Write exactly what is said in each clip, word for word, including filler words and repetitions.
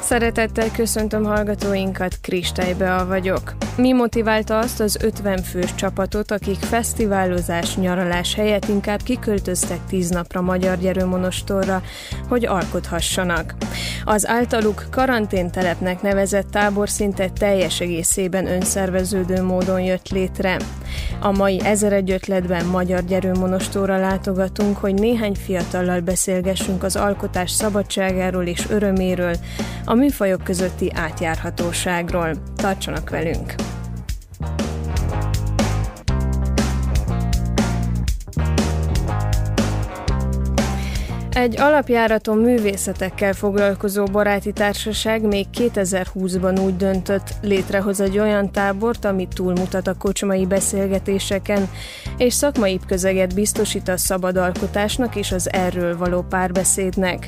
Szeretettel köszöntöm hallgatóinkat, Kristály Bea vagyok. Mi motiválta azt az ötven fős csapatot, akik fesztiválozás, nyaralás helyett inkább kiköltöztek tíz napra Magyargyerőmonostorra, hogy alkothassanak? Az általuk karanténtelepnek nevezett tábor szinte teljes egészében önszerveződő módon jött létre. A mai ezeregy ötletben Magyargyerőmonostorra látogatunk, hogy néhány fiatallal beszélgessünk az alkotás szabadságáról és öröméről, a műfajok közötti átjárhatóságról. Tartsanak velünk! Egy alapjáraton művészetekkel foglalkozó baráti társaság még kétezer-húszban úgy döntött, létrehoz egy olyan tábort, ami túlmutat a kocsmai beszélgetéseken, és szakmai közeget biztosít a szabad alkotásnak és az erről való párbeszédnek.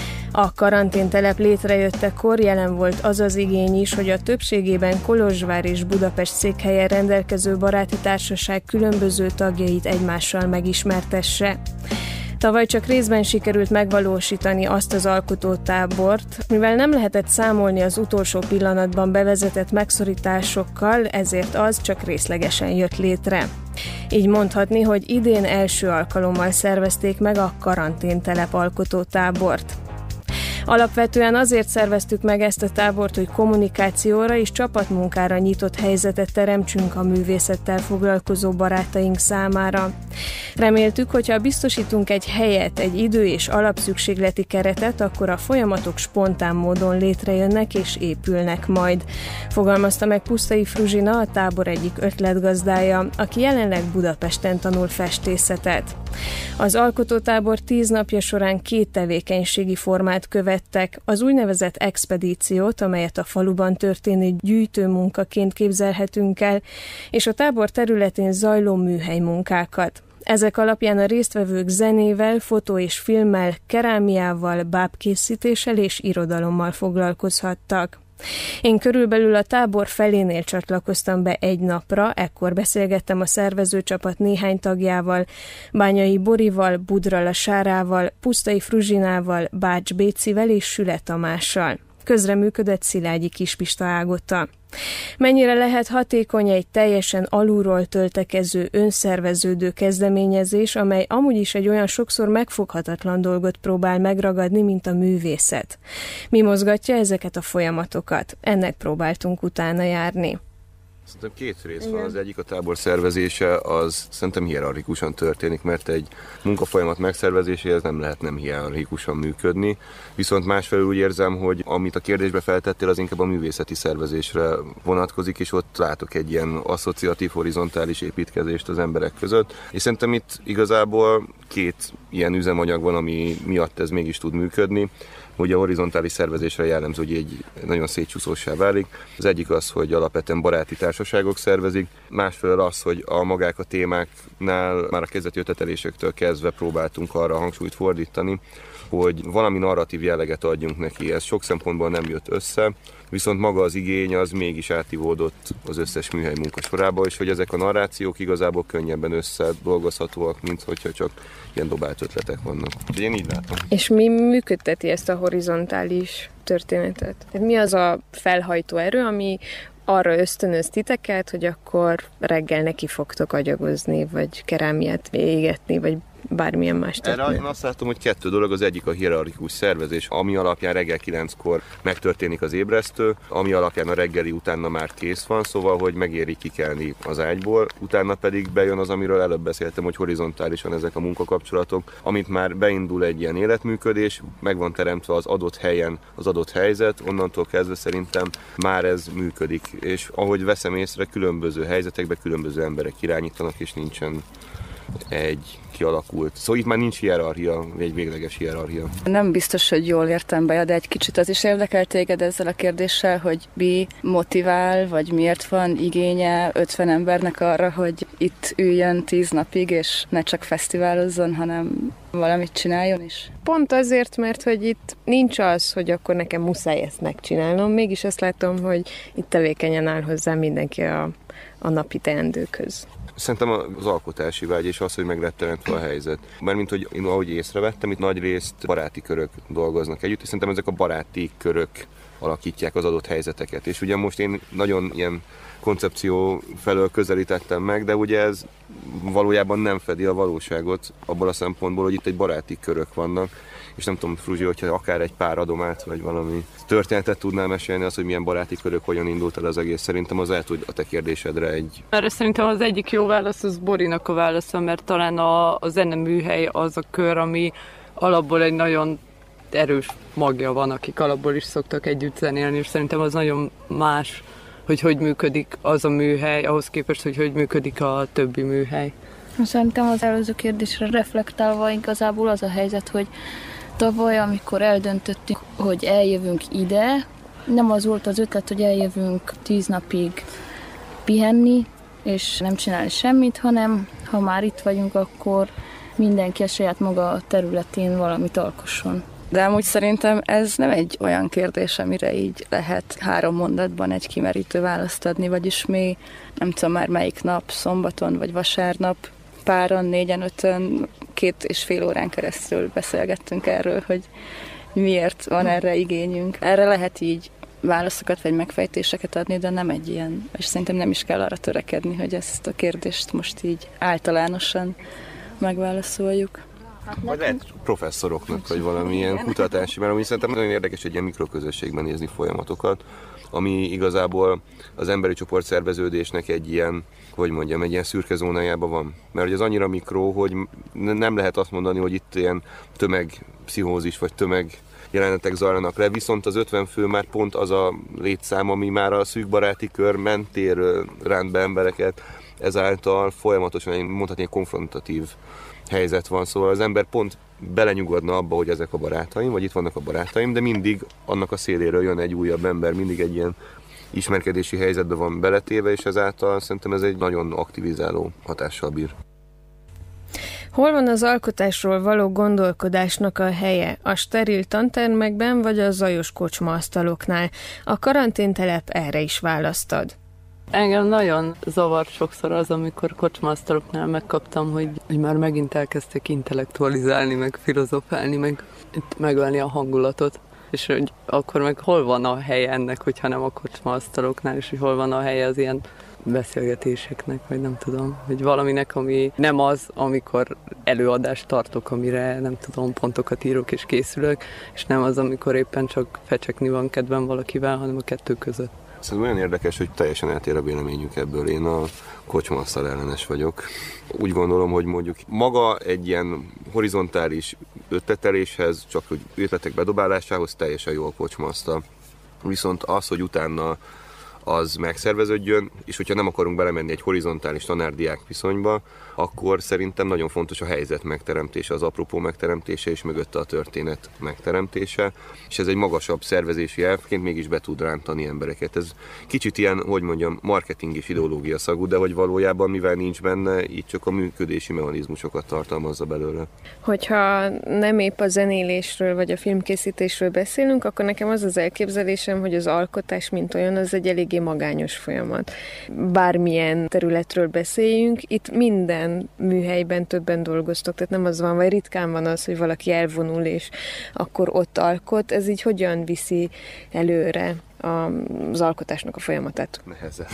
A karanténtelep létrejöttekor jelen volt az az igény is, hogy a többségében Kolozsvár és Budapest székhelyen rendelkező baráti társaság különböző tagjait egymással megismertesse. Tavaly csak részben sikerült megvalósítani azt az alkotótábort, mivel nem lehetett számolni az utolsó pillanatban bevezetett megszorításokkal, ezért az csak részlegesen jött létre. Így mondhatni, hogy idén első alkalommal szervezték meg a karanténtelep alkotótábort. Alapvetően azért szerveztük meg ezt a tábort, hogy kommunikációra és csapatmunkára nyitott helyzetet teremtsünk a művészettel foglalkozó barátaink számára. Reméltük, hogyha biztosítunk egy helyet, egy idő és alapszükségleti keretet, akkor a folyamatok spontán módon létrejönnek és épülnek majd. Fogalmazta meg Pusztai Fruzsina, a tábor egyik ötletgazdája, aki jelenleg Budapesten tanul festészetet. Az alkotótábor tíz napja során két tevékenységi formát követtek, az úgynevezett expedíciót, amelyet a faluban történő gyűjtőmunkaként képzelhetünk el, és a tábor területén zajló műhelymunkákat. Ezek alapján a résztvevők zenével, fotó és filmmel, kerámiával, bábkészítéssel és irodalommal foglalkozhattak. Én körülbelül a tábor felénél csatlakoztam be egy napra, ekkor beszélgettem a szervezőcsapat néhány tagjával, Bányai Borival, Budrala Sárával, Pusztai Fruzsinával, Bács Bécivel és Süle Tamással. Közreműködött Szilágyi Kispista Ágota. Mennyire lehet hatékony egy teljesen alulról töltekező, önszerveződő kezdeményezés, amely amúgy is egy olyan sokszor megfoghatatlan dolgot próbál megragadni, mint a művészet? Mi mozgatja ezeket a folyamatokat? Ennek próbáltunk utána járni. Szerintem két rész van. Az egyik, a tábor szervezése, az szerintem hierarchikusan történik, mert egy munkafolyamat megszervezéséhez nem lehet nem hierarchikusan működni. Viszont másfelől úgy érzem, hogy amit a kérdésbe feltettél, az inkább a művészeti szervezésre vonatkozik, és ott látok egy ilyen asszociatív, horizontális építkezést az emberek között. És szerintem itt igazából két ilyen üzemanyag van, ami miatt ez mégis tud működni. Hogy a horizontális szervezésre jellemző, hogy egy nagyon szétcsúszóssá válik. Az egyik az, hogy alapvetően baráti társaságok szervezik, másfelől az, hogy a magák a témáknál már a kezdeti ötletelésektől kezdve próbáltunk arra hangsúlyt fordítani, hogy valami narratív jelleget adjunk neki. Ez sok szempontból nem jött össze, viszont maga az igény az mégis átívódott az összes műhely munka sorába, és hogy ezek a narrációk igazából könnyebben összedolgozhatóak, mint hogyha csak ilyen dobált ötletek vannak. De én így látom. És mi működteti ezt a horizontális történetet? Tehát mi az a felhajtó erő, ami arra ösztönöz titeket, hogy akkor reggel neki fogtok agyagozni, vagy kerámiát égetni, vagy bármilyen más tenni? Erre én azt látom, hogy kettő dolog. Az egyik a hierarchikus szervezés, ami alapján reggel kilenckor megtörténik az ébresztő, ami alapján a reggeli utána már kész van, szóval, hogy megéri kikelni az ágyból, utána pedig bejön az, amiről előbb beszéltem, hogy horizontálisan ezek a munkakapcsolatok, amit már beindul egy ilyen életműködés, meg van teremtve az adott helyen az adott helyzet, onnantól kezdve szerintem már ez működik, és ahogy veszem észre, különböző helyzetekben különböző emberek irányítanak, és nincsen egy kialakult. Szóval itt már nincs hierarchia, egy végleges hierarchia. Nem biztos, hogy jól értem be, de egy kicsit az is érdekel téged ezzel a kérdéssel, hogy mi motivál, vagy miért van igénye ötven embernek arra, hogy itt üljön tíz napig, és ne csak fesztiválozzon, hanem valamit csináljon is? Pont azért, mert hogy itt nincs az, hogy akkor nekem muszáj ezt megcsinálnom, mégis azt látom, hogy itt tevékenyen áll hozzá mindenki a, a napi teendőkhöz. Szerintem az alkotási vágy és az, hogy meg lett teremtve a helyzet. Mármint, hogy én ahogy észrevettem, itt nagy részt baráti körök dolgoznak együtt, és szerintem ezek a baráti körök alakítják az adott helyzeteket. És ugye most én nagyon ilyen koncepció felől közelítettem meg, de ugye ez valójában nem fedi a valóságot abból a szempontból, hogy itt egy baráti körök vannak, és nem tudom, Fruzsi, hogyha akár egy pár adomát, vagy valami történetet tudnál mesélni, az, hogy milyen baráti körök, hogyan indult el az egész. Szerintem az lehet, hogy a te kérdésedre egy... Erre szerintem az egyik jó válasz, az Borinak a válasza, mert talán a, a zeneműhely az a kör, ami alapból egy nagyon erős magja van, akik alapból is szoktak együtt zenélni, és szerintem az nagyon más, hogy hogy működik az a műhely, ahhoz képest, hogy hogy működik a többi műhely. Szerintem az előző kérdésre reflektálva igazából az a helyzet, hogy tavaly, amikor eldöntöttük, hogy eljövünk ide, nem az volt az ötlet, hogy eljövünk tíz napig pihenni, és nem csinálni semmit, hanem ha már itt vagyunk, akkor mindenki a saját maga területén valamit alkosson. De amúgy szerintem ez nem egy olyan kérdés, amire így lehet három mondatban egy kimerítő választ adni, vagyis mi nem tudom már melyik nap, szombaton vagy vasárnap, páran, négyen, ötön, két és fél órán keresztül beszélgettünk erről, hogy miért van erre igényünk. Erre lehet így válaszokat vagy megfejtéseket adni, de nem egy ilyen, és szerintem nem is kell arra törekedni, hogy ezt a kérdést most így általánosan megválaszoljuk. Vagy lehet professzoroknak, vagy valamilyen kutatási, mert ami szerintem nagyon érdekes egy ilyen mikroközösségben nézni folyamatokat, ami igazából az emberi csoportszerveződésnek egy ilyen, hogy mondjam, egy ilyen szürke zónájában van. Mert az annyira mikro, hogy nem lehet azt mondani, hogy itt ilyen tömegpszichózis, vagy tömeg jelenetek zajlanak le, viszont az ötven fő már pont az a létszám, ami már a szűk baráti kör mentéről ránt be embereket, ezáltal folyamatosan mondhatni egy konfrontatív helyzet van, szóval az ember pont belenyugodna abba, hogy ezek a barátaim, vagy itt vannak a barátaim, de mindig annak a széléről jön egy újabb ember, mindig egy ilyen ismerkedési helyzetbe van beletéve, és ezáltal szerintem ez egy nagyon aktivizáló hatással bír. Hol van az alkotásról való gondolkodásnak a helye? A steril tantermekben, vagy a zajos kocsmaasztaloknál? A karanténtelep erre is választad. Engem nagyon zavart sokszor az, amikor kocsmaasztaloknál megkaptam, hogy, hogy már megint elkezdtek intellektualizálni, meg filozofálni, meg megölni a hangulatot. És hogy akkor meg hol van a helye ennek, hogyha nem a kocsmaasztaloknál, és hogy hol van a helye az ilyen beszélgetéseknek, vagy nem tudom, hogy valaminek, ami nem az, amikor előadást tartok, amire nem tudom, pontokat írok és készülök, és nem az, amikor éppen csak fecsekni van kedvem valakivel, hanem a kettő között. Szerintem olyan érdekes, hogy teljesen eltér a véleményünk ebből. Én a kocsmaasztal ellenes vagyok. Úgy gondolom, hogy mondjuk maga egy ilyen horizontális ötleteléshez, csak hogy ötletek bedobálásához teljesen jó a kocsmaasztal. Viszont az, hogy utána az megszerveződjön, és hogyha nem akarunk belemenni egy horizontális tanár-diák viszonyba, akkor szerintem nagyon fontos a helyzet megteremtése, az apropó megteremtése, és mögötte a történet megteremtése, és ez egy magasabb szervezési elvként mégis be tud rántani embereket. Ez kicsit ilyen, hogy mondjam, marketing és ideológia szagú, de hogy valójában mivel nincs benne, így csak a működési mechanizmusokat tartalmazza belőle. Hogyha nem épp a zenélésről vagy a filmkészítésről beszélünk, akkor nekem az az elképzelésem, hogy az alkotás mint olyan, az egy eléggé magányos folyamat. Bármilyen területről beszéljünk, itt minden műhelyben többen dolgoztok, tehát nem az van, vagy ritkán van az, hogy valaki elvonul, és akkor ott alkot. Ez így hogyan viszi előre az alkotásnak a folyamatát? Nehezen.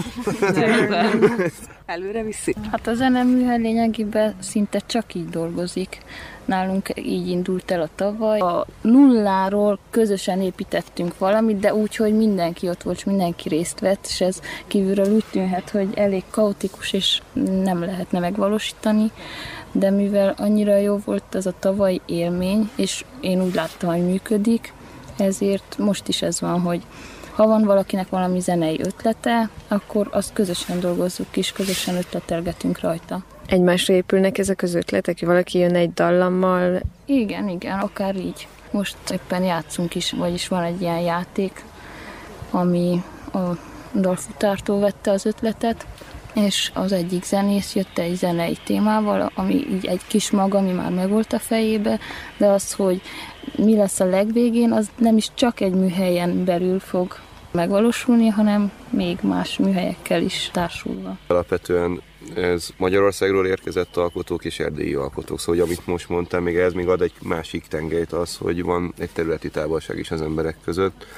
Nehezen. Előre viszi? Hát a zeneműhely lényegében szinte csak így dolgozik. Nálunk így indult el a tavaly. A nulláról közösen építettünk valamit, de úgy, hogy mindenki ott volt, és mindenki részt vett, és ez kívülről úgy tűnhet, hogy elég kaotikus, és nem lehetne megvalósítani, de mivel annyira jó volt ez a tavalyi élmény, és én úgy láttam, hogy működik, ezért most is ez van, hogy ha van valakinek valami zenei ötlete, akkor azt közösen dolgozzuk ki, és közösen ötletelgetünk rajta. Egymásra épülnek ezek az ötletek, hogy valaki jön egy dallammal? Igen, igen, akár így. Most éppen játszunk is, vagyis van egy ilyen játék, ami a dalfutártól vette az ötletet, és az egyik zenész jött egy zenei témával, ami így egy kis mag, ami már megvolt a fejébe, de az, hogy mi lesz a legvégén, az nem is csak egy műhelyen belül fog megvalósulni, hanem még más műhelyekkel is társulva. Alapvetően ez Magyarországról érkezett alkotók és erdélyi alkotók, szóval amit most mondtam, még ez még ad egy másik tengelyt az, hogy van egy területi távolság is az emberek között,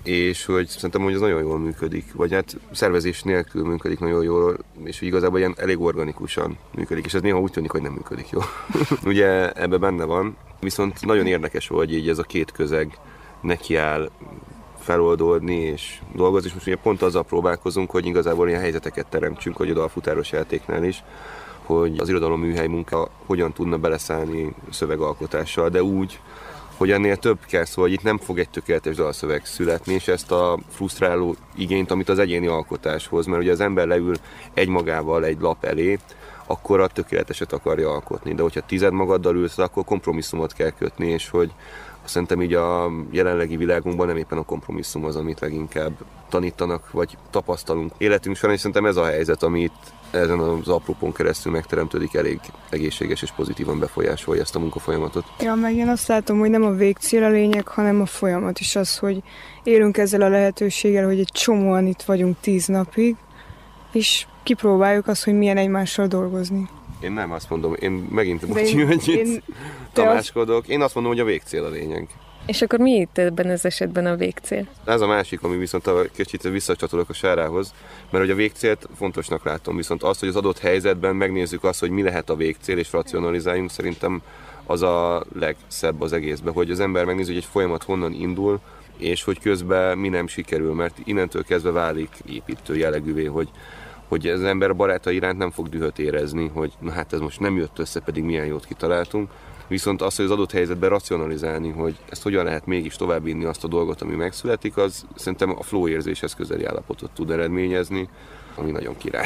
és hogy szerintem, hogy ez nagyon jól működik, vagy hát szervezés nélkül működik nagyon jól, és hogy igazából ilyen elég organikusan működik, és ez néha úgy tűnik, hogy nem működik jól. Ugye ebbe benne van, viszont nagyon érdekes, hogy így ez a két közeg nekiáll feloldódni és dolgozni, és most ugye pont azzal próbálkozunk, hogy igazából ilyen helyzeteket teremtsünk, hogy a dalfutáros játéknál is, hogy az irodalomműhely munka hogyan tudna beleszállni szövegalkotással, de úgy, hogy ennél több kell, szóval itt nem fog egy tökéletes dalszöveg születni, és ezt a frusztráló igényt, amit az egyéni alkotás hoz, mert ugye az ember leül egymagával egy lap elé, akkor a tökéleteset akarja alkotni, de hogyha tized magaddal ülsz, akkor kompromisszumot kell kötni, és hogy szerintem így a jelenlegi világunkban nem éppen a kompromisszum az, amit leginkább tanítanak, vagy tapasztalunk életünk során, és szerintem ez a helyzet, amit ezen az apropón keresztül megteremtődik, elég egészséges és pozitívan befolyásolja ezt a munkafolyamatot. Ja, meg én azt látom, hogy nem a végcél a lényeg, hanem a folyamat is az, hogy élünk ezzel a lehetőséggel, hogy egy csomóan itt vagyunk tíz napig, és kipróbáljuk azt, hogy milyen egymással dolgozni. Én nem azt mondom, én megint bocsánat, hogy itt tamáskodok. Én azt mondom, hogy a végcél a lényeg. És akkor mi itt ebben az esetben a végcél? Ez a másik, ami viszont a kicsit visszacsatolok a Sárához, mert hogy a végcélt fontosnak látom, viszont azt, hogy az adott helyzetben megnézzük azt, hogy mi lehet a végcél, és racionalizáljunk, szerintem az a legszebb az egészben, hogy az ember megnézi, hogy egy folyamat honnan indul, és hogy közben mi nem sikerül, mert innentől kezdve válik építő jellegűvé, hogy hogy az ember a baráta iránt nem fog dühöt érezni, hogy na hát ez most nem jött össze, pedig milyen jót kitaláltunk. Viszont azt, hogy az adott helyzetben racionalizálni, hogy ezt hogyan lehet mégis továbbvinni azt a dolgot, ami megszületik, az szerintem a flow érzéshez közeli állapotot tud eredményezni, ami nagyon király.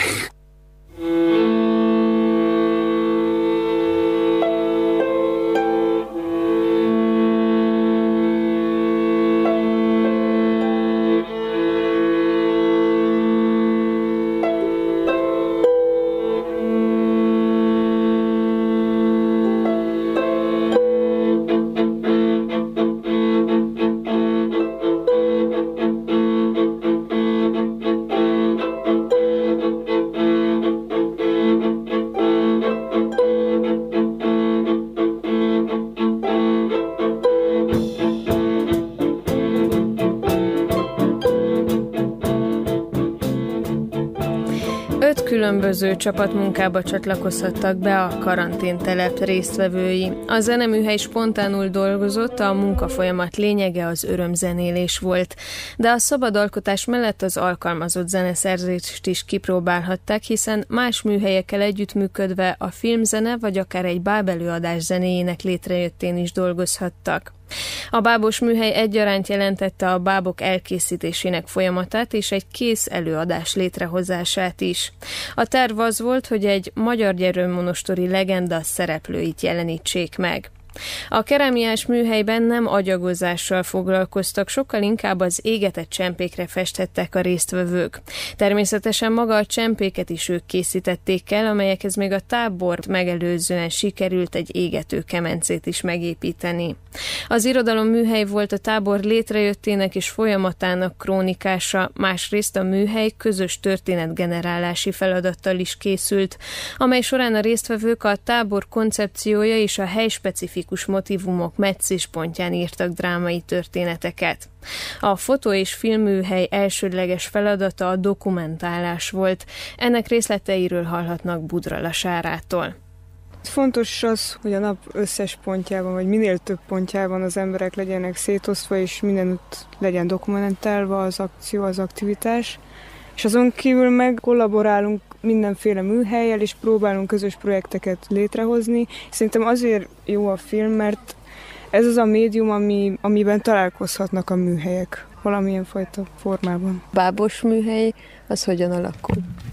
Különböző csapatmunkába csatlakozhattak be a karanténtelep résztvevői. A zeneműhely spontánul dolgozott, a munkafolyamat lényege az örömzenélés volt. De a szabad alkotás mellett az alkalmazott zeneszerzést is kipróbálhatták, hiszen más műhelyekkel együttműködve a filmzene vagy akár egy bábelőadás zenéjének létrejöttén is dolgozhattak. A bábos műhely egyaránt jelentette a bábok elkészítésének folyamatát és egy kész előadás létrehozását is. A terv az volt, hogy egy magyar gyermekmonostori legenda szereplőit jelenítsék meg. A kerámiás műhelyben nem agyagozással foglalkoztak, sokkal inkább az égetett csempékre festhettek a résztvevők. Természetesen maga a csempéket is ők készítették el, amelyekhez még a tábort megelőzően sikerült egy égető kemencét is megépíteni. Az irodalomműhely volt a tábor létrejöttének és folyamatának krónikása, másrészt a műhely közös történetgenerálási feladattal is készült, amely során a résztvevők a tábor koncepciója és a helyspecifikus motívumok meccéspontján írtak drámai történeteket. A fotó- és filmműhely elsődleges feladata a dokumentálás volt. Ennek részleteiről hallhatnak Budrala Sárától. Fontos az, hogy a nap összes pontjában, vagy minél több pontjában az emberek legyenek szétosztva, és mindenütt legyen dokumentálva az akció, az aktivitás. És azon kívül meg kollaborálunk mindenféle műhellyel, és próbálunk közös projekteket létrehozni. Szerintem azért jó a film, mert ez az a médium, ami, amiben találkozhatnak a műhelyek valamilyen fajta formában. Bábos műhely, az hogyan alakul?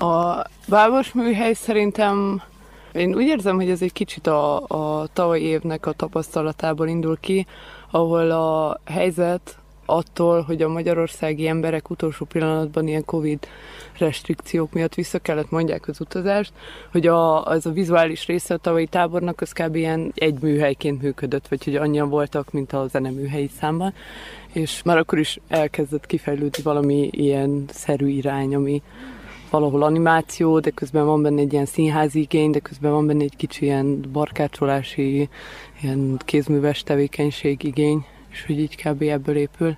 A bábos műhely szerintem, én úgy érzem, hogy ez egy kicsit a, a tavalyi évnek a tapasztalatából indul ki, ahol a helyzet attól, hogy a magyarországi emberek utolsó pillanatban ilyen Covid restrikciók miatt vissza kellett mondják az utazást, hogy a, az a vizuális része a tavalyi tábornak az kb. Ilyen egy műhelyként működött, vagy hogy annyian voltak, mint a zeneműhelyi számban, és már akkor is elkezdett kifejlődni valami ilyen szerű irány, ami valahol animáció, de közben van benne egy ilyen színházi igény, de közben van benne egy kicsi ilyen barkácsolási, ilyen kézműves tevékenység igény, és hogy így kb. Ebből épül.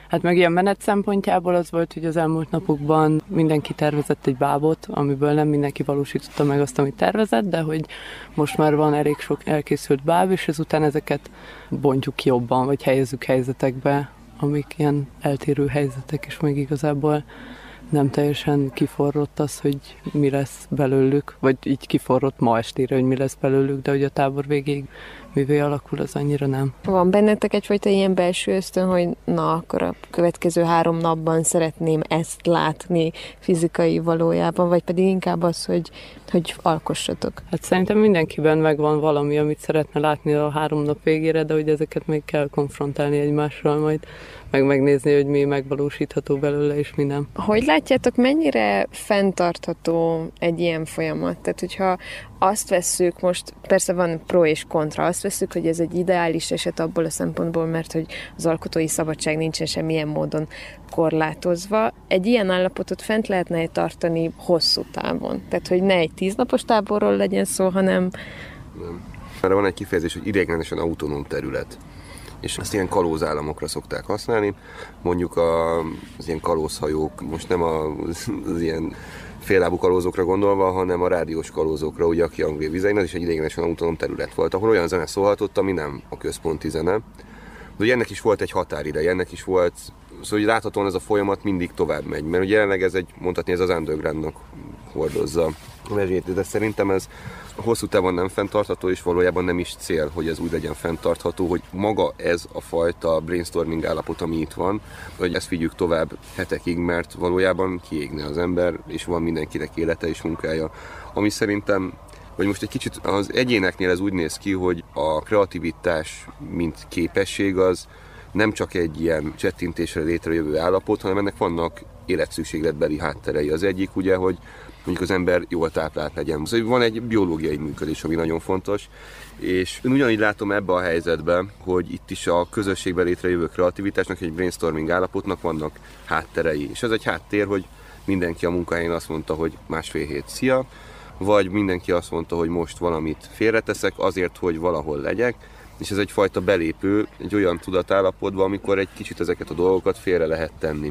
Hát meg ilyen menet szempontjából az volt, hogy az elmúlt napokban mindenki tervezett egy bábot, amiből nem mindenki valósította meg azt, amit tervezett, de hogy most már van elég sok elkészült báb, és ezután ezeket bontjuk ki jobban, vagy helyezzük helyzetekbe, amik ilyen eltérő helyzetek, és még igazából nem teljesen kiforrott az, hogy mi lesz belőlük, vagy így kiforrott ma estére, hogy mi lesz belőlük, de hogy a tábor végéig mivé alakul, az annyira nem. Van bennetek egyfajta ilyen belső ösztön, hogy na, akkor a következő három napban szeretném ezt látni fizikai valójában, vagy pedig inkább az, hogy, hogy alkossatok? Hát szerintem mindenkiben megvan valami, amit szeretne látni a három nap végére, de hogy ezeket még kell konfrontálni egymással majd, meg megnézni, hogy mi megvalósítható belőle, és mi nem. Hogy látjátok, mennyire fenntartható egy ilyen folyamat? Tehát, hogyha azt vesszük, most persze van pro és kontra, azt vesszük, hogy ez egy ideális eset abból a szempontból, mert hogy az alkotói szabadság nincsen semmilyen módon korlátozva. Egy ilyen állapotot fent lehetne tartani hosszú távon. Tehát, hogy ne egy tíznapos táborról legyen szó, hanem... Nem. Erre van egy kifejezés, hogy ideiglenesen autonóm terület. És ezt ilyen kalózállamokra szokták használni. Mondjuk a, az ilyen kalózhajók, most nem az, az ilyen féllábú kalózokra gondolva, hanem a rádiós kalózokra, ugye, aki angol vizein, az is egy ideiglenesen autonóm terület volt, ahol olyan zene szólhatott, ami nem a központi zene. De ugye ennek is volt egy határideje, ennek is volt, szóval hogy láthatóan ez a folyamat mindig tovább megy, mert ugye jelenleg ez egy, mondhatni, ez az undergroundnak hordozza a mezőjét, de szerintem ez hosszú távon nem fenntartható, és valójában nem is cél, hogy ez úgy legyen fenntartható, hogy maga ez a fajta brainstorming állapot, ami itt van, hogy ezt vigyük tovább hetekig, mert valójában kiégne az ember, és van mindenkinek élete és munkája. Ami szerintem, vagy most egy kicsit az egyéneknél ez úgy néz ki, hogy a kreativitás, mint képesség az nem csak egy ilyen csettintésre létrejövő állapot, hanem ennek vannak életszükségletbeli hátterei. Az egyik ugye, hogy mondjuk az ember jól táplált legyen. Szóval van egy biológiai működés, ami nagyon fontos, és én ugyanígy látom ebbe a helyzetben, hogy itt is a közösségben létrejövő kreativitásnak, egy brainstorming állapotnak vannak hátterei. És ez egy háttér, hogy mindenki a munkahelyén azt mondta, hogy másfél hét szia, vagy mindenki azt mondta, hogy most valamit félreteszek azért, hogy valahol legyek, és ez egyfajta belépő, egy olyan tudatállapotba, amikor egy kicsit ezeket a dolgokat félre lehet tenni.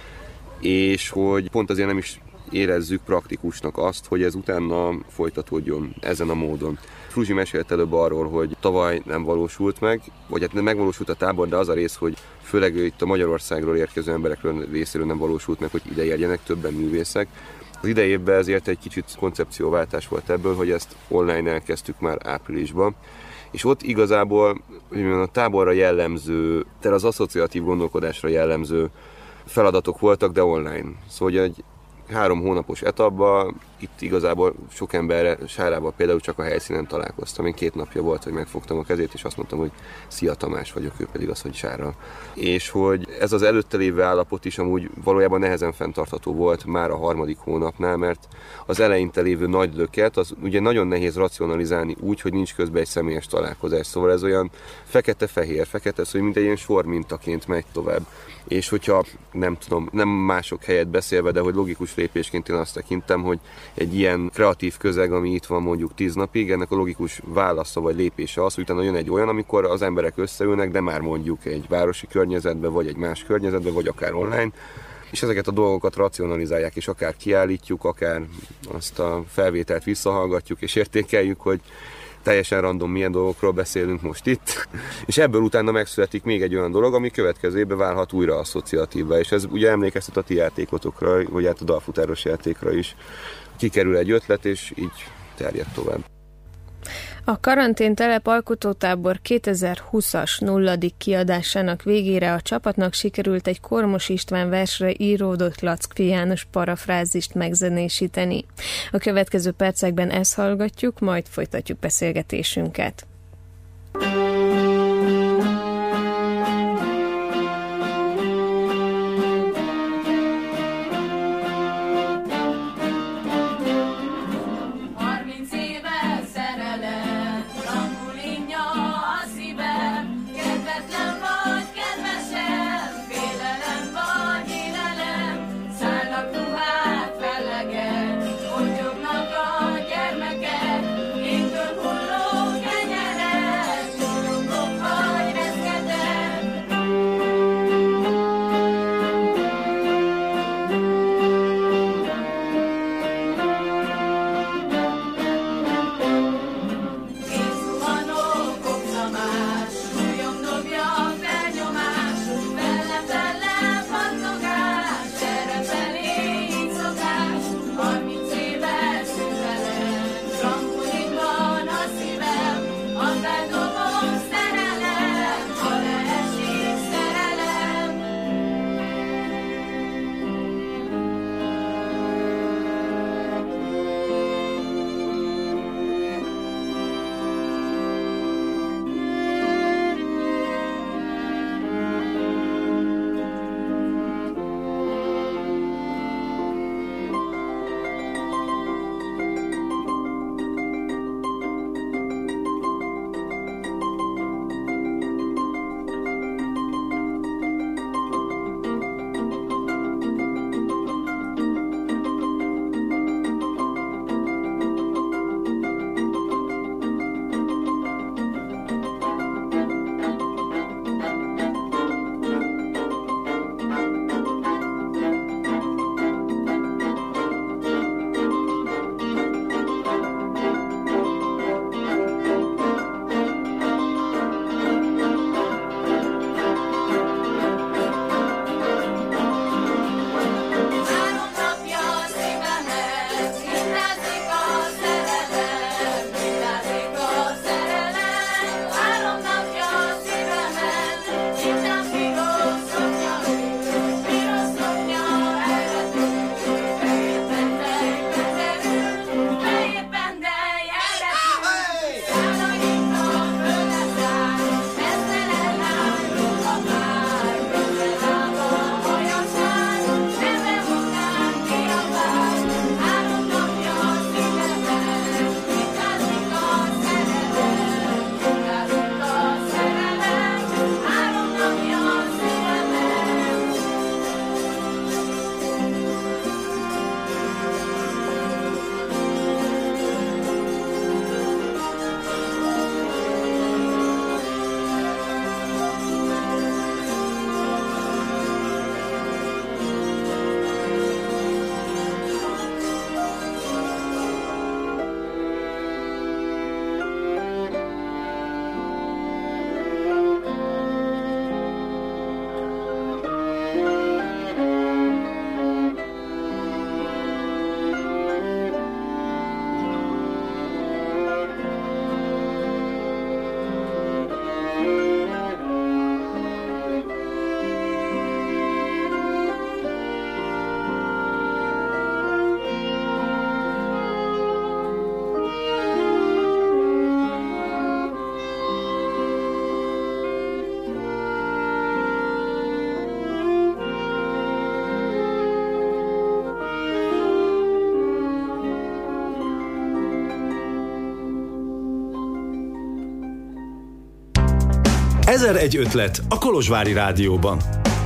És hogy pont azért nem is érezzük praktikusnak azt, hogy ez utána folytatódjon ezen a módon. Fruzsi mesélt előbb arról, hogy tavaly nem valósult meg, vagy hát megvalósult a tábor, de az a rész, hogy főleg itt a Magyarországról érkező emberekről részéről nem valósult meg, hogy ide érjenek többen művészek. Az idejében ezért egy kicsit koncepcióváltás volt ebből, hogy ezt online elkezdtük már áprilisban. És ott igazából a táborra jellemző, tehát az asszociatív gondolkodásra jellemző feladatok voltak, de online. Szóval egy három hónapos etapban itt igazából sok emberre, Sárával például csak a helyszínen találkoztam. Én két napja volt, hogy megfogtam a kezét, és azt mondtam, hogy szia Tamás vagyok, ő pedig az, hogy Sára. És hogy ez az előtte lévő állapot is amúgy valójában nehezen fenntartható volt már a harmadik hónapnál, mert az eleinte lévő nagy löket, az ugye nagyon nehéz racionalizálni úgy, hogy nincs közben egy személyes találkozás. Szóval ez olyan fekete-fehér, fekete, szóval mint egy ilyen sormintaként megy tovább. És hogyha nem tudom, nem mások helyett beszélve, de hogy logikus lépésként én azt tekintem, hogy egy ilyen kreatív közeg, ami itt van mondjuk tíz napig, ennek a logikus válasza vagy lépése az, hogy utána jön egy olyan, amikor az emberek összeülnek, de már mondjuk egy városi környezetben, vagy egy más környezetben, vagy akár online, és ezeket a dolgokat racionalizálják, és akár kiállítjuk, akár azt a felvételt visszahallgatjuk, és értékeljük, hogy teljesen random milyen dolgokról beszélünk most itt, és ebből utána megszületik még egy olyan dolog, ami következő évben válhat újra asszociatívvá, és ez ugye emlékeztet a ti játékotokra, vagy hát a dalfutáros játékra is. Kikerül egy ötlet, és így terjed tovább. A Karanténtelep alkotótábor kétezer-húszas nulladik kiadásának végére a csapatnak sikerült egy Kormos István versre íródott Lackfi János parafrázist megzenésíteni. A következő percekben ezt hallgatjuk, majd folytatjuk beszélgetésünket. Gyermekek, én hulló kenyeret. ezer-egy ötlet a Kolozsvári Rádióban.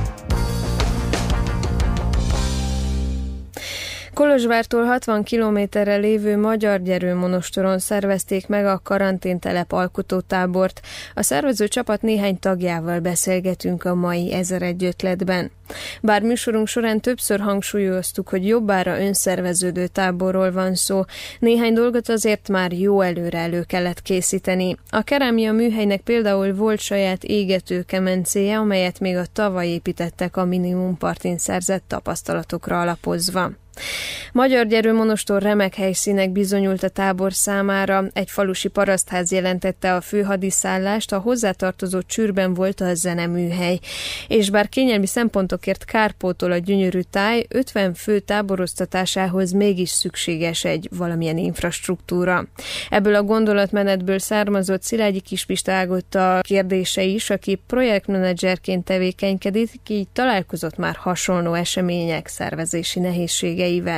Kolozsvártól hatvan kilométerre lévő Magyargyerő monostoron szervezték meg a karanténtelep alkotótábort. A szervező csapat néhány tagjával beszélgetünk a mai ezer-egy ötletben. Bár műsorunk során többször hangsúlyoztuk, hogy jobbára önszerveződő táborról van szó, néhány dolgot azért már jó előre elő kellett készíteni. A kerámia műhelynek például volt saját égető kemencéje, amelyet még a tavaly építettek a Minimum Partin szerzett tapasztalatokra alapozva. Magyargyerő monostor remek helyszínek bizonyult a tábor számára. Egy falusi parasztház jelentette a főhadiszállást, a hozzátartozó csűrben volt a zeneműhely. És bár kényelmi szempontokért kárpótol a gyönyörű táj, ötven fő táboroztatásához mégis szükséges egy valamilyen infrastruktúra. Ebből a gondolatmenetből származott Szilágyi Kispista Ágota kérdése is, aki projektmenedzserként tevékenykedik, így találkozott már hasonló események szervezési nehézségeivel.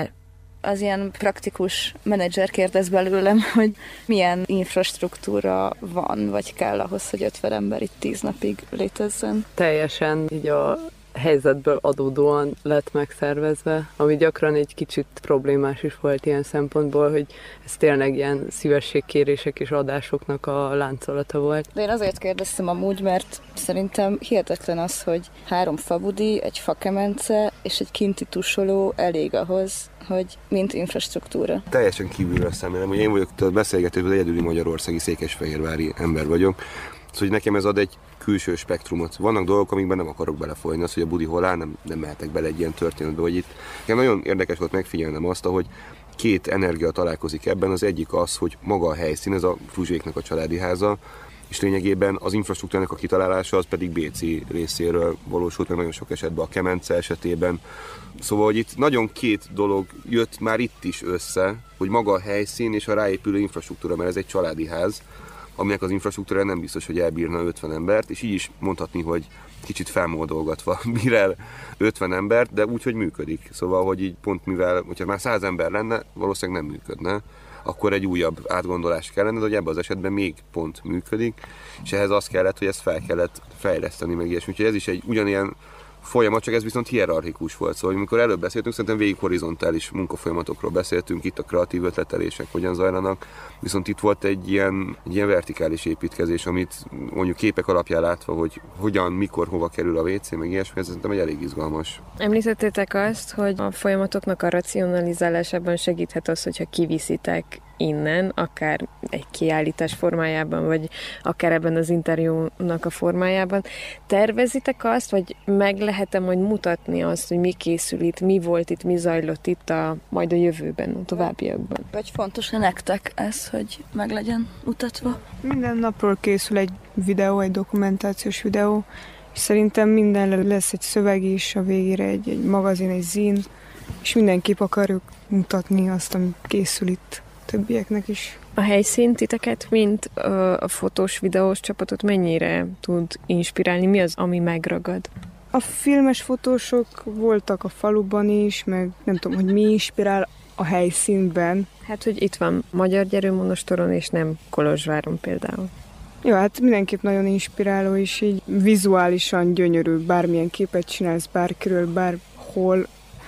Az ilyen praktikus menedzser kérdez belőlem, hogy milyen infrastruktúra van, vagy kell ahhoz, hogy ötven ember itt tíz napig létezzen. Teljesen így a helyzetből adódóan lett megszervezve, ami gyakran egy kicsit problémás is volt ilyen szempontból, hogy ez tényleg ilyen szívességkérések és adásoknak a láncolata volt. De én azért kérdeztem amúgy, mert szerintem hihetetlen az, hogy három fabudi, egy fakemence és egy kinti tusoló elég ahhoz, hogy mint infrastruktúra. Teljesen kívülről szemlélem, hogy én vagyok a beszélgetőből egyedüli magyarországi székesfehérvári ember vagyok, szóval nekem ez ad egy külső spektrumot. Vannak dolgok, amikben nem akarok belefolyni, az, hogy a budi hol áll, nem, nem mehetek bele egy ilyen történetbe, hogy itt nagyon érdekes volt megfigyelnem azt, hogy két energia találkozik ebben, az egyik az, hogy maga a helyszín, ez a Fruzséknak a családi háza, és lényegében az infrastruktúrának a kitalálása az pedig bé cé részéről valósult, meg nagyon sok esetben a kemence esetében. Szóval, hogy itt nagyon két dolog jött már itt is össze, hogy maga a helyszín és a ráépülő infrastruktúra, mert ez egy családi ház, aminek az infrastruktúra nem biztos, hogy elbírna ötven embert, és így is mondhatni, hogy kicsit felmoldolgatva bír el ötven embert, de úgy, hogy működik. Szóval, hogy így pont mivel, hogyha már száz ember lenne, valószínűleg nem működne, akkor egy újabb átgondolás kellene, de hogy ebben az esetben még pont működik, és ehhez az kellett, hogy ezt fel kellett fejleszteni, meg ilyesmi. Úgyhogy ez is egy ugyanilyen folyamat, csak ez viszont hierarchikus volt. Szóval, amikor előbb beszéltünk, szerintem végig horizontális munkafolyamatokról beszéltünk, itt a kreatív ötletelések hogyan zajlanak, viszont itt volt egy ilyen, egy ilyen vertikális építkezés, amit mondjuk képek alapján látva, hogy hogyan, mikor, hova kerül a vé cé, meg ilyesmi, ez szerintem egy elég izgalmas. Említettétek azt, hogy a folyamatoknak a racionalizálásában segíthet az, hogyha kiviszitek innen, akár egy kiállítás formájában, vagy akár ebben az interjúnak a formájában. Tervezitek azt, vagy meg lehet-e majd mutatni azt, hogy mi készül itt, mi volt itt, mi zajlott itt a, majd a jövőben, a továbbiakban? Vagy fontos nektek ez, hogy meg legyen mutatva? Minden napról készül egy videó, egy dokumentációs videó, és szerintem minden lesz egy szöveg is, a végére egy, egy magazin, egy zin, és mindenképp akarjuk mutatni azt, ami készül itt többieknek is. A helyszín titeket, mint a fotós, videós csapatot mennyire tud inspirálni? Mi az, ami megragad? A filmes fotósok voltak a faluban is, meg nem tudom, hogy mi inspirál a helyszínben. Hát, hogy itt van Magyargyerő monostoron, és nem Kolozsváron például. Jó, hát mindenképp nagyon inspiráló, és így vizuálisan gyönyörű, bármilyen képet csinálsz, bárkiről, bárhol,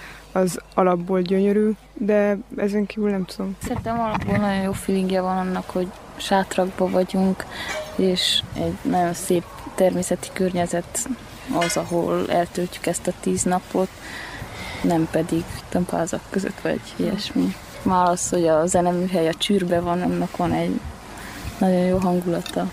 az alapból gyönyörű, de ezen kívül nem tudom. Szerintem alapból nagyon jó feelingje van annak, hogy sátrakban vagyunk, és egy nagyon szép természeti környezet az, ahol eltöltjük ezt a tíz napot, nem pedig tömbházak között vagy ilyesmi. Már az, hogy a zeneműhely a csűrbe van, annak van egy nagyon jó hangulata.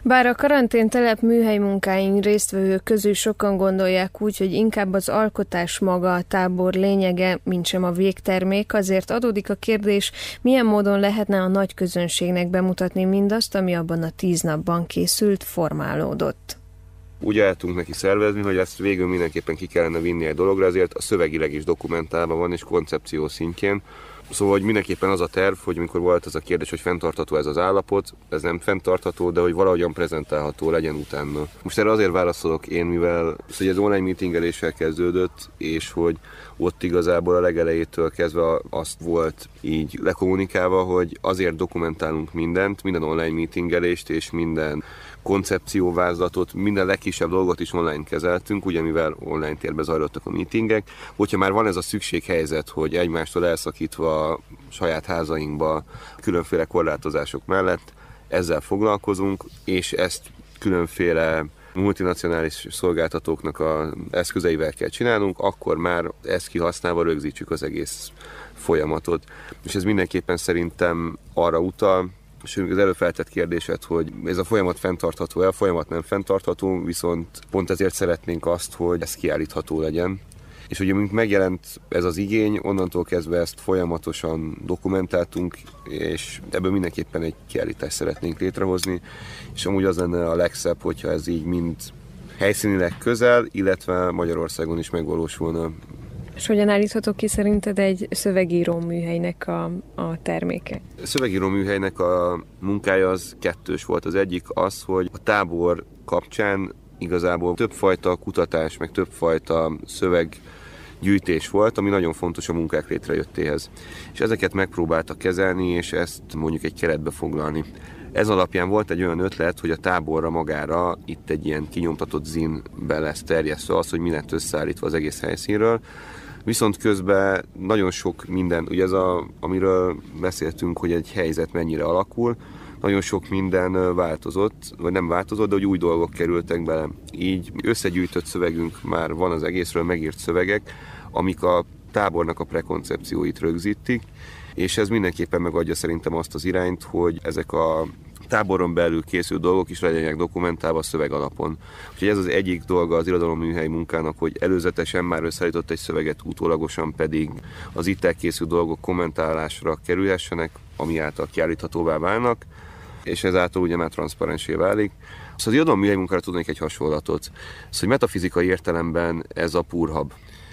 Bár a karanténtelep műhely munkáin résztvevők közül sokan gondolják úgy, hogy inkább az alkotás maga a tábor lényege, mintsem a végtermék, azért adódik a kérdés, milyen módon lehetne a nagy közönségnek bemutatni mindazt, ami abban a tíz napban készült, formálódott. Úgy álltunk neki szervezni, hogy ezt végül mindenképpen ki kellene vinni egy dologra, ezért a szövegileg is dokumentálva van, és koncepció szintjén. Szóval, hogy mindenképpen az a terv, hogy amikor volt az a kérdés, hogy fenntartható ez az állapot, ez nem fenntartható, de hogy valahogyan prezentálható legyen utána. Most erre azért válaszolok én, mivel hogy ez online meetingeléssel kezdődött, és hogy ott igazából a legelejétől kezdve azt volt így lekommunikálva, hogy azért dokumentálunk mindent, minden online meetingelést és minden koncepcióvázlatot, minden legkisebb dolgot is online kezeltünk, ugye mivel online térben zajlottak a meetingek. Hogyha már van ez a szükséghelyzet, hogy egymástól elszakítva saját házainkba különféle korlátozások mellett ezzel foglalkozunk, és ezt különféle multinacionális szolgáltatóknak az eszközeivel kell csinálnunk, akkor már ezt kihasználva rögzítsük az egész folyamatot. És ez mindenképpen szerintem arra utal, és az előfeltett kérdésed, hogy ez a folyamat fenntartható-e, a folyamat nem fenntartható, viszont pont ezért szeretnénk azt, hogy ez kiállítható legyen. És ugye, mint megjelent ez az igény, onnantól kezdve ezt folyamatosan dokumentáltunk, és ebből mindenképpen egy kiállítást szeretnénk létrehozni, és amúgy az lenne a legszebb, hogyha ez így mind helyszínileg közel, illetve Magyarországon is megvalósulna. És hogyan állítható ki szerinted egy szövegíró műhelynek a, a terméke? A szövegíró műhelynek a munkája az kettős volt. Az egyik az, hogy a tábor kapcsán igazából többfajta kutatás, meg többfajta szöveggyűjtés volt, ami nagyon fontos a munkák létrejöttéhez. És ezeket megpróbáltak kezelni, és ezt mondjuk egy keretbe foglalni. Ez alapján volt egy olyan ötlet, hogy a táborra magára itt egy ilyen kinyomtatott zinbe lesz terjesztve az, hogy mi lett összeállítva az egész helyszínről. Viszont közben nagyon sok minden, ugye ez a, amiről beszéltünk, hogy egy helyzet mennyire alakul, nagyon sok minden változott, vagy nem változott, de hogy új dolgok kerültek bele. Így összegyűjtött szövegünk már van az egészről, megírt szövegek, amik a tábornak a prekoncepcióit rögzítik, és ez mindenképpen megadja szerintem azt az irányt, hogy ezek a táboron belül készült dolgok is legyenek dokumentálva a szöveg alapon. Úgyhogy ez az egyik dolga az irodalomműhely munkának, hogy előzetesen már összeállított egy szöveget, utólagosan pedig az itt elkészült dolgok kommentálásra kerülhessenek, ami által kiállíthatóvá válnak, és ezáltal ugye már transzparensé válik. Szóval az irodalomműhely munkára tudnék egy hasonlatot. Szóval, hogy metafizikai értelemben ez a púrhab.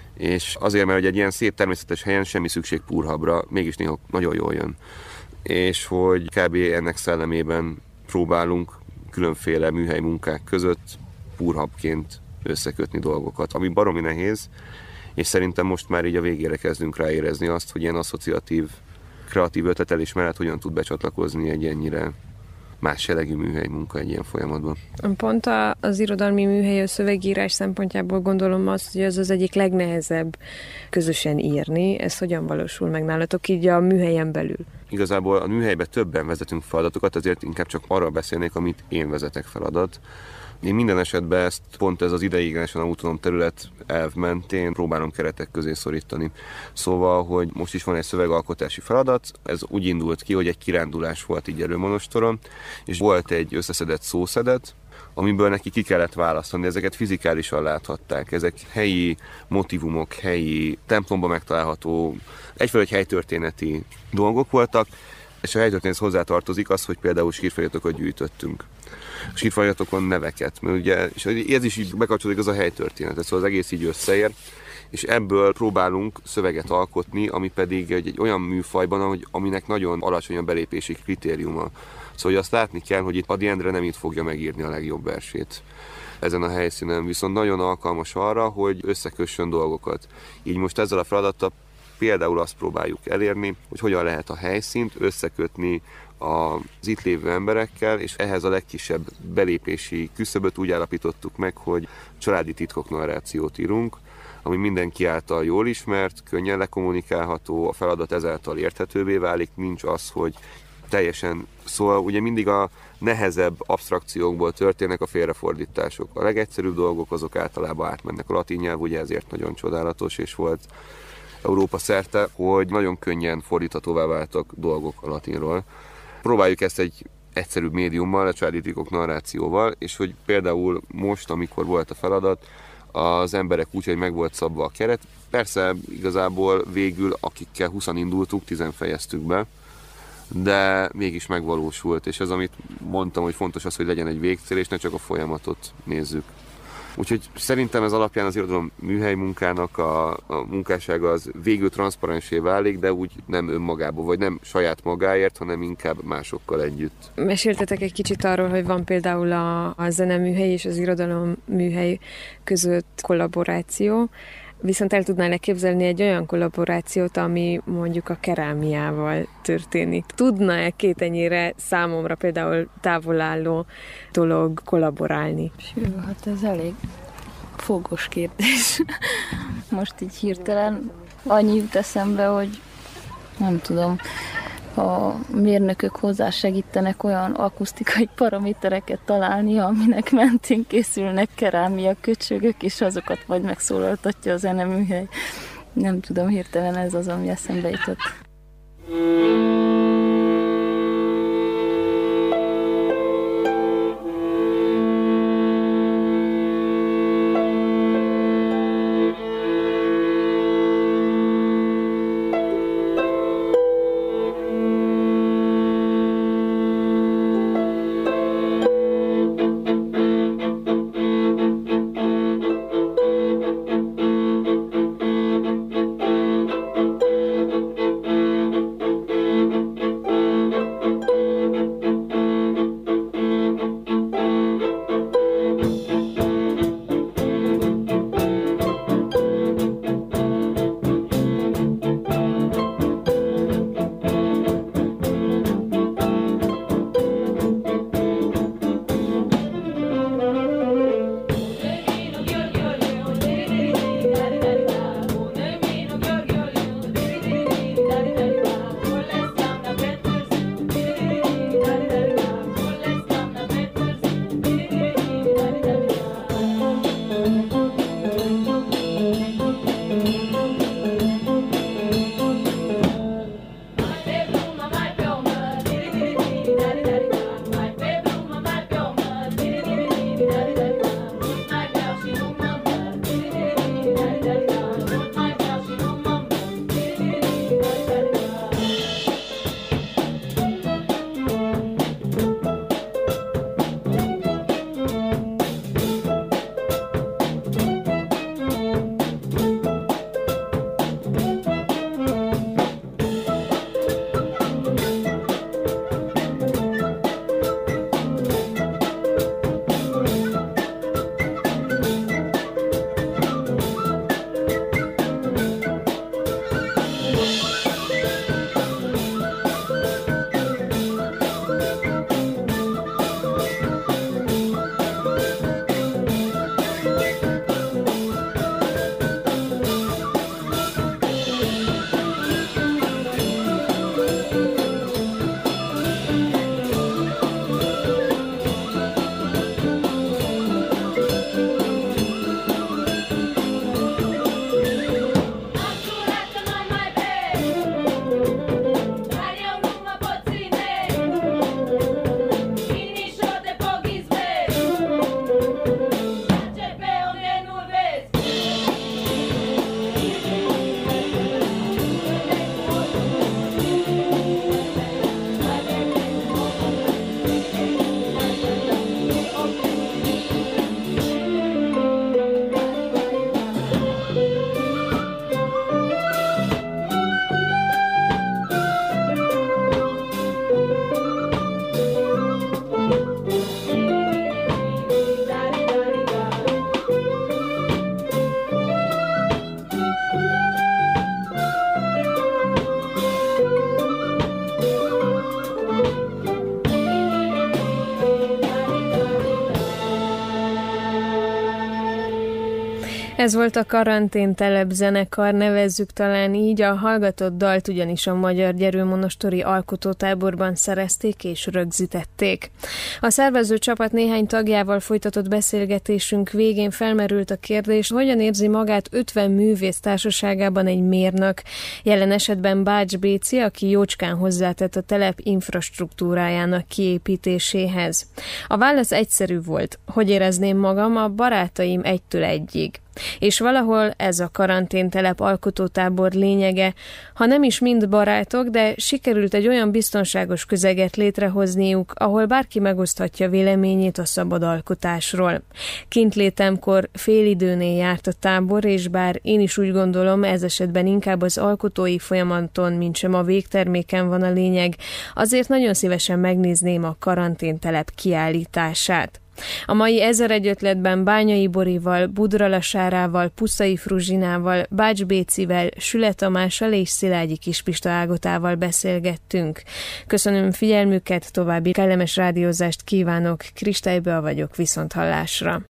És azért, mert egy ilyen szép természetes helyen semmi szükség púrhabra, mégis néha nagyon jól jön. És hogy kb. Ennek szellemében próbálunk különféle műhely munkák között púrhabként összekötni dolgokat, ami baromi nehéz, és szerintem most már így a végére kezdünk ráérezni azt, hogy ilyen asszociatív, kreatív ötletelés mellett hogyan tud becsatlakozni egy ennyire más jellegű műhely munka egy ilyen folyamatban. Pont az irodalmi műhely a szövegírás szempontjából gondolom azt, hogy az az egyik legnehezebb közösen írni. Ez hogyan valósul meg nálatok így a műhelyen belül? Igazából a műhelyben többen vezetünk feladatokat, ezért inkább csak arra beszélnék, amit én vezetek feladat. Én minden esetben ezt pont ez az ideiglenesen autonóm terület elv mentén próbálom keretek közé szorítani. Szóval, hogy most is van egy szövegalkotási feladat, ez úgy indult ki, hogy egy kirándulás volt így Erőmonostoron, és volt egy összeszedett szószedet, amiből neki ki kellett választani, ezeket fizikálisan láthatták. Ezek helyi motivumok, helyi templomban megtalálható, egyfelől egy helytörténeti dolgok voltak, és a helytörténethez hozzátartozik az, hogy például sírfeliratokat gyűjtöttünk. A sírfeliratokon neveket, mert ugye, és ez is így bekapcsolódik az a helytörténet, szóval az egész így összeér, és ebből próbálunk szöveget alkotni, ami pedig egy, egy olyan műfajban, ahogy, aminek nagyon alacsony a belépési kritériuma. Szóval hogy azt látni kell, hogy itt Ady Endre nem itt fogja megírni a legjobb versét ezen a helyszínen, viszont nagyon alkalmas arra, hogy összekössön dolgokat. Így most ezzel a feladattal például azt próbáljuk elérni, hogy hogyan lehet a helyszínt összekötni az itt lévő emberekkel, és ehhez a legkisebb belépési küszöböt úgy állapítottuk meg, hogy családi titkok narrációt írunk, ami mindenki által jól ismert, könnyen lekommunikálható, a feladat ezáltal érthetővé válik, nincs az, hogy teljesen, szóval ugye mindig a nehezebb absztrakciókból történnek a félrefordítások. A legegyszerűbb dolgok azok általában átmennek. A latin nyelv ugye ezért nagyon csodálatos, és volt Európa szerte, hogy nagyon könnyen fordíthatóvá váltak dolgok a latinról. Próbáljuk ezt egy egyszerűbb médiummal, a családi titkok narrációval, és hogy például most, amikor volt a feladat, az emberek úgy, hogy meg volt szabva a keret. Persze igazából végül, akikkel húszan indultuk, tizen fejeztük be, de mégis megvalósult, és ez, amit mondtam, hogy fontos az, hogy legyen egy végcél, és ne csak a folyamatot nézzük. Úgyhogy szerintem ez alapján az irodalom műhely munkának a, a munkássága az végül transzparensé válik, de úgy nem önmagába, vagy nem saját magáért, hanem inkább másokkal együtt. Meséltetek egy kicsit arról, hogy van például a, a zeneműhely és az irodalom műhely között kollaboráció, viszont el tudnál képzelni egy olyan kollaborációt, ami mondjuk a kerámiával történik. Tudna-e két ennyire számomra például távolálló dolog kollaborálni? Ső, hát ez elég fogos kérdés. Most így hirtelen annyi jut eszembe, hogy nem tudom, a mérnökök hozzásegítenek olyan akusztikai paramétereket találni, aminek mentén készülnek kerámia köcsögök, és azokat majd megszólaltatja a zeneműhely. Nem tudom, hirtelen ez az, ami eszembe jutott. Ez volt a Karanténtelep zenekar, nevezzük talán így, a hallgatott dalt ugyanis a Magyar Gyerőmonostori Alkotótáborban szerezték és rögzítették. A szervező csapat néhány tagjával folytatott beszélgetésünk végén felmerült a kérdés, hogyan érzi magát ötven művész társaságában egy mérnök, jelen esetben Bács Béci, aki jócskán hozzátett a telep infrastruktúrájának kiépítéséhez. A válasz egyszerű volt, hogy érezném magam a barátaim egytől egyig. És valahol ez a karanténtelep alkotótábor lényege, ha nem is mind barátok, de sikerült egy olyan biztonságos közeget létrehozniuk, ahol bárki megoszthatja véleményét a szabad alkotásról. Kintlétemkor félidőnél járt a tábor, és bár én is úgy gondolom, ez esetben inkább az alkotói folyamaton, mint sem a végterméken van a lényeg, azért nagyon szívesen megnézném a karanténtelep kiállítását. A mai ezeregy ötletben Bányai Borival, Budrala Sárával, Puszai Fruzsinával, Bács Bécivel, Süle Tamással és Szilágyi Kispista Ágotával beszélgettünk. Köszönöm figyelmüket, további kellemes rádiózást kívánok, Kristály Bea vagyok, viszonthallásra.